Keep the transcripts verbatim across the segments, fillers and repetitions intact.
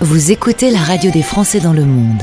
Vous écoutez la radio des Français dans le monde.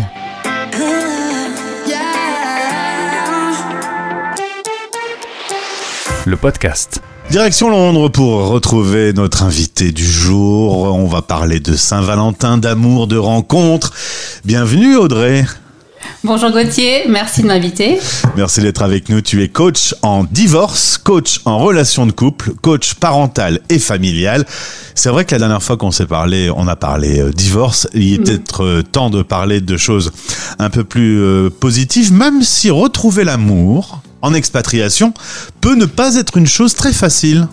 Le podcast. Direction Londres pour retrouver notre invité du jour. On va parler de Saint-Valentin, d'amour, de rencontres. Bienvenue Audrey. Bonjour Gauthier, merci de m'inviter. Merci d'être avec nous. Tu es coach en divorce, coach en relation de couple, coach parental et familial. C'est vrai que la dernière fois qu'on s'est parlé, on a parlé euh, divorce. Il est mmh. peut-être euh, temps de parler de choses un peu plus euh, positives, même si retrouver l'amour en expatriation peut ne pas être une chose très facile.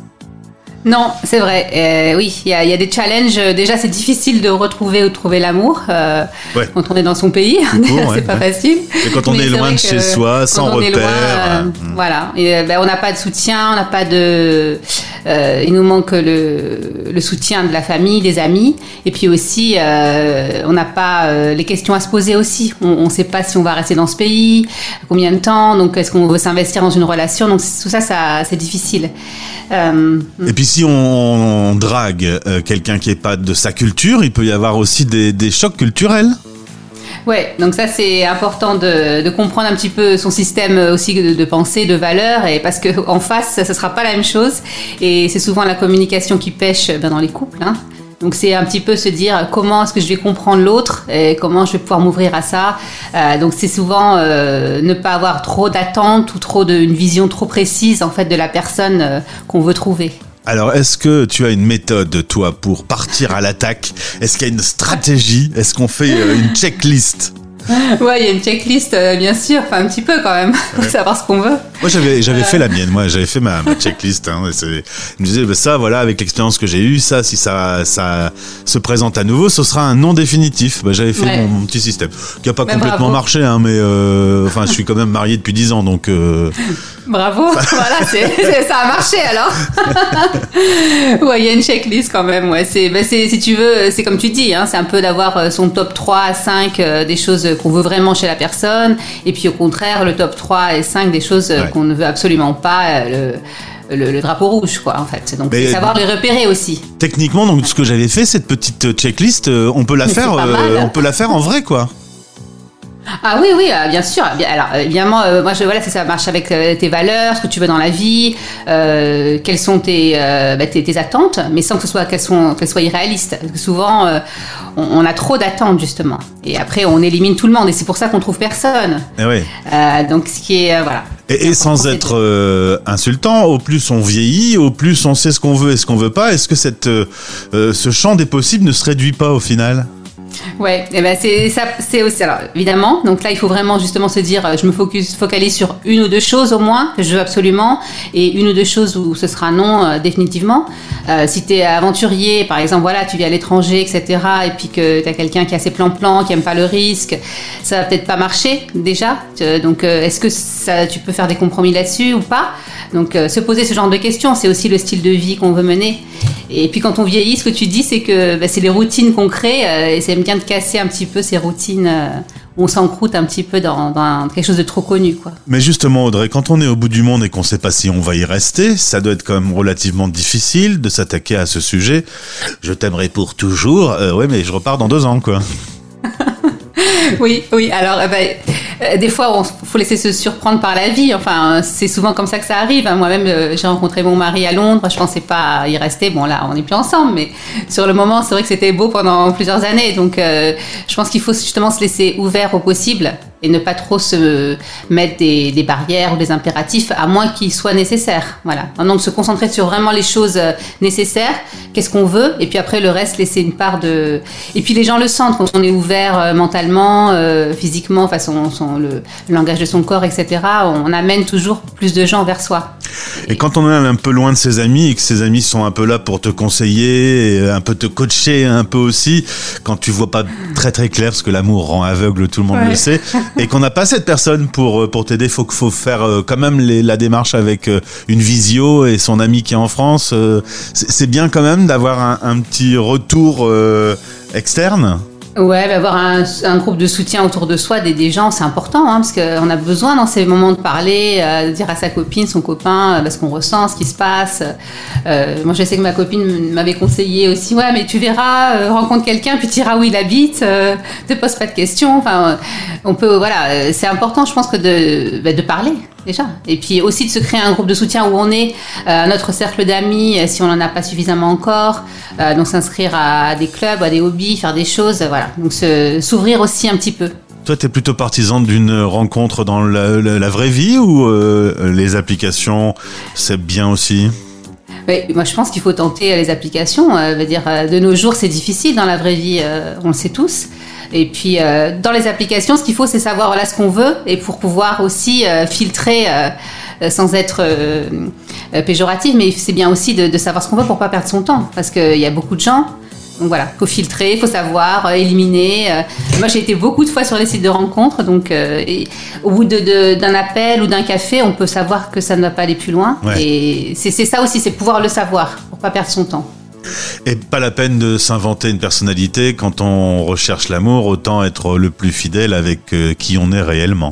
Non, c'est vrai. Euh, oui, il y a, y a des challenges. Déjà, c'est difficile de retrouver ou de trouver l'amour euh, ouais. quand on est dans son pays. Coup, c'est ouais, pas ouais. facile. Et quand on Mais est loin de chez soi, sans repère. Loin, euh, mmh. Voilà. Et, ben, on n'a pas de soutien, on n'a pas de. Euh, il nous manque le, le soutien de la famille, des amis. Et puis aussi, euh, on n'a pas euh, les questions à se poser aussi. On ne sait pas si on va rester dans ce pays, combien de temps. Donc, est-ce qu'on veut s'investir dans une relation. Donc, tout ça, ça c'est difficile. Euh, Et puis si on, on drague euh, quelqu'un qui n'est pas de sa culture, il peut y avoir aussi des, des chocs culturels. Ouais, donc ça c'est important de, de comprendre un petit peu son système aussi de, de pensée, de valeurs, et parce que en face, ça ne sera pas la même chose. Et c'est souvent la communication qui pêche ben, dans les couples. Hein. Donc c'est un petit peu se dire comment est-ce que je vais comprendre l'autre et comment je vais pouvoir m'ouvrir à ça. Euh, donc c'est souvent euh, ne pas avoir trop d'attentes ou trop de, une vision trop précise en fait de la personne euh, qu'on veut trouver. Alors, est-ce que tu as une méthode, toi, pour partir à l'attaque ? Est-ce qu'il y a une stratégie ? Est-ce qu'on fait euh, une checklist ? Ouais, il y a une checklist, euh, bien sûr, enfin un petit peu quand même, pour ouais. savoir ce qu'on veut. Moi, j'avais j'avais euh... fait la mienne, moi, j'avais fait ma, ma checklist. Hein, et c'est, je me disais, bah, ça, voilà, avec l'expérience que j'ai eue, ça, si ça, ça se présente à nouveau, ce sera un non définitif. Bah, j'avais fait ouais. mon, mon petit système, qui n'a pas bah, complètement bravo. marché, hein, mais euh, enfin, je suis quand même marié depuis dix ans, donc. Euh... Bravo, voilà, c'est, c'est, ça a marché alors. Ouais, il y a une checklist quand même. Ouais, c'est, bah, c'est, si tu veux, c'est comme tu dis, hein, c'est un peu d'avoir son top trois à cinq euh, des choses qu'on veut vraiment chez la personne, et puis au contraire, le top trois et cinq des choses ouais. qu'on ne veut absolument pas. Euh, le, Le, le drapeau rouge, quoi, en fait. Donc, mais c'est savoir les repérer aussi. Techniquement, donc, ce que j'avais fait, cette petite checklist, on peut la Mais faire, euh, on peut la faire en vrai, quoi. Ah oui, oui, bien sûr. Alors, évidemment, euh, moi, je, voilà, ça, ça marche avec euh, tes valeurs, ce que tu veux dans la vie, euh, quelles sont tes, euh, bah, tes, tes attentes, mais sans que ce soit qu'elles, sont, qu'elles soient irréalistes. Parce que souvent, euh, on, on a trop d'attentes, justement. Et après, on élimine tout le monde, et c'est pour ça qu'on trouve personne. Et oui. Euh, donc, ce qui est, euh, voilà. Et, et sans être euh, insultant, au plus on vieillit, au plus on sait ce qu'on veut et ce qu'on veut pas. Est-ce que cette, euh, ce champ des possibles ne se réduit pas au final ? Ouais, et ben c'est ça, c'est aussi. Alors évidemment, donc là il faut vraiment justement se dire, je me focus, focalise sur une ou deux choses au moins que je veux absolument, et une ou deux choses où ce sera non euh, définitivement. Euh, si t'es aventurier, par exemple, voilà, tu vis à l'étranger, et cetera, et puis que t'as quelqu'un qui a ses plans-plans, qui aime pas le risque, ça va peut-être pas marcher déjà. Donc euh, est-ce que ça, tu peux faire des compromis là-dessus ou pas ? Donc euh, se poser ce genre de questions, c'est aussi le style de vie qu'on veut mener. Et puis quand on vieillit, ce que tu dis, c'est que bah, c'est les routines qu'on crée, euh, et c'est bien de casser un petit peu ces routines euh, où on s'encroute un petit peu dans, dans quelque chose de trop connu, quoi. Mais justement, Audrey, quand on est au bout du monde et qu'on ne sait pas si on va y rester, ça doit être quand même relativement difficile de s'attaquer à ce sujet. Je t'aimerai pour toujours. Euh, ouais, mais je repars dans deux ans, quoi. Oui, oui. Alors, euh, bah, euh, des fois, il faut laisser se surprendre par la vie. Enfin, c'est souvent comme ça que ça arrive. Moi-même, euh, j'ai rencontré mon mari à Londres. Je pensais pas y rester. Bon, là, on n'est plus ensemble, mais sur le moment, c'est vrai que c'était beau pendant plusieurs années. Donc, euh, je pense qu'il faut justement se laisser ouvert au possible et ne pas trop se mettre des, des barrières ou des impératifs, à moins qu'ils soient nécessaires. Voilà. Donc, se concentrer sur vraiment les choses nécessaires, qu'est-ce qu'on veut, et puis après, le reste, laisser une part de... Et puis, les gens le sentent quand on est ouvert euh, mentalement, euh, physiquement, enfin, son, son, le, le langage de son corps, et cetera. On amène toujours plus de gens vers soi. Et, et quand on est un peu loin de ses amis, et que ses amis sont un peu là pour te conseiller, et un peu te coacher un peu aussi, quand tu vois pas très très clair, parce que l'amour rend aveugle, tout le monde ouais. le sait, et qu'on n'a pas cette personne pour pour t'aider, faut faut faire quand même les, la démarche avec une visio et son ami qui est en France. C'est, c'est bien quand même d'avoir un, un petit retour euh, externe. Ouais, bah avoir un, un groupe de soutien autour de soi, des, des gens, c'est important, hein, parce qu'on a besoin dans ces moments de parler, euh, de dire à sa copine, son copain, euh, bah, ce qu'on ressent, ce qui se passe. Euh, moi, je sais que ma copine m'avait conseillé aussi, ouais, mais tu verras, euh, rencontre quelqu'un, puis tu iras où il habite, euh, te pose pas de questions. Enfin, euh, on peut, voilà, euh, c'est important, je pense, que de, bah, de parler. Déjà. Et puis aussi de se créer un groupe de soutien où on est, euh, notre cercle d'amis, si on n'en a pas suffisamment encore. Euh, donc s'inscrire à des clubs, à des hobbies, faire des choses, voilà. Donc se, s'ouvrir aussi un petit peu. Toi, t'es plutôt partisan d'une rencontre dans la, la, la vraie vie ou euh, les applications, c'est bien aussi ? Oui, moi je pense qu'il faut tenter les applications. Euh, veut dire, euh, de nos jours, c'est difficile dans la vraie vie, euh, on le sait tous. Et puis euh, dans les applications, ce qu'il faut, c'est savoir voilà ce qu'on veut et pour pouvoir aussi euh, filtrer euh, sans être euh, péjoratif, mais c'est bien aussi de, de savoir ce qu'on veut pour pas perdre son temps, parce qu'il y a beaucoup de gens. Donc voilà, faut filtrer, faut savoir euh, éliminer. Euh, moi, j'ai été beaucoup de fois sur les sites de rencontres, donc euh, et, au bout de, de, d'un appel ou d'un café, on peut savoir que ça ne va pas aller plus loin. Ouais. Et c'est, c'est ça aussi, c'est pouvoir le savoir pour pas perdre son temps. Et pas la peine de s'inventer une personnalité quand on recherche l'amour, autant être le plus fidèle avec euh, qui on est réellement.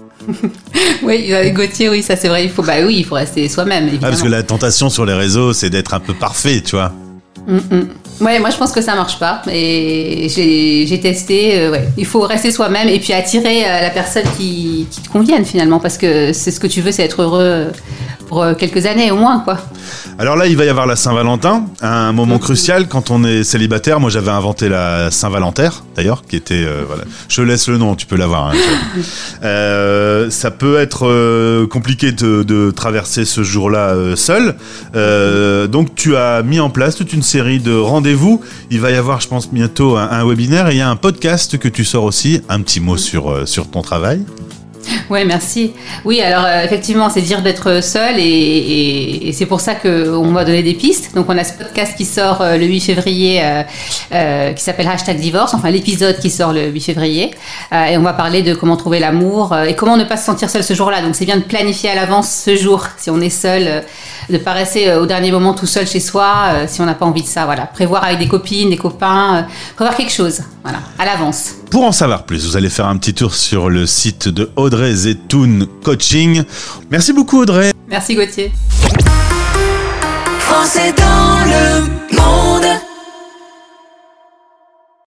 Oui, Gauthier, oui, ça c'est vrai, il faut, bah oui, il faut rester soi-même, évidemment. Ah, parce que la tentation sur les réseaux, c'est d'être un peu parfait, tu vois. Mm-mm. Ouais, moi je pense que ça marche pas, et j'ai, j'ai testé, euh, ouais. Il faut rester soi-même et puis attirer euh, la personne qui, qui te convienne finalement, parce que c'est ce que tu veux, c'est être heureux pour quelques années au moins, quoi. Alors là, il va y avoir la Saint-Valentin, un moment mmh. crucial quand on est célibataire. Moi, j'avais inventé la Saint-Valentin, d'ailleurs, qui était, euh, voilà. Je laisse le nom, tu peux l'avoir. Hein, euh, ça peut être euh, compliqué de, de traverser ce jour-là euh, seul. Euh, donc, tu as mis en place toute une série de rendez-vous. Il va y avoir, je pense, bientôt un, un webinaire et il y a un podcast que tu sors aussi. Un petit mot sur, euh, sur ton travail. Ouais, merci. Oui, alors euh, effectivement, c'est dire d'être seul et, et, et c'est pour ça qu'on va donner des pistes. Donc, on a ce podcast qui sort euh, le huit février euh, euh, qui s'appelle Hashtag Divorce, enfin l'épisode qui sort le huit février. Euh, et on va parler de comment trouver l'amour euh, et comment ne pas se sentir seul ce jour-là. Donc, c'est bien de planifier à l'avance ce jour si on est seul, euh, de ne pas rester euh, au dernier moment tout seul chez soi euh, si on n'a pas envie de ça. Voilà, prévoir avec des copines, des copains, euh, prévoir quelque chose, voilà, à l'avance. Pour en savoir plus, vous allez faire un petit tour sur le site de Audrey Zetoun Coaching. Merci beaucoup Audrey. Merci Gauthier. Français dans le monde.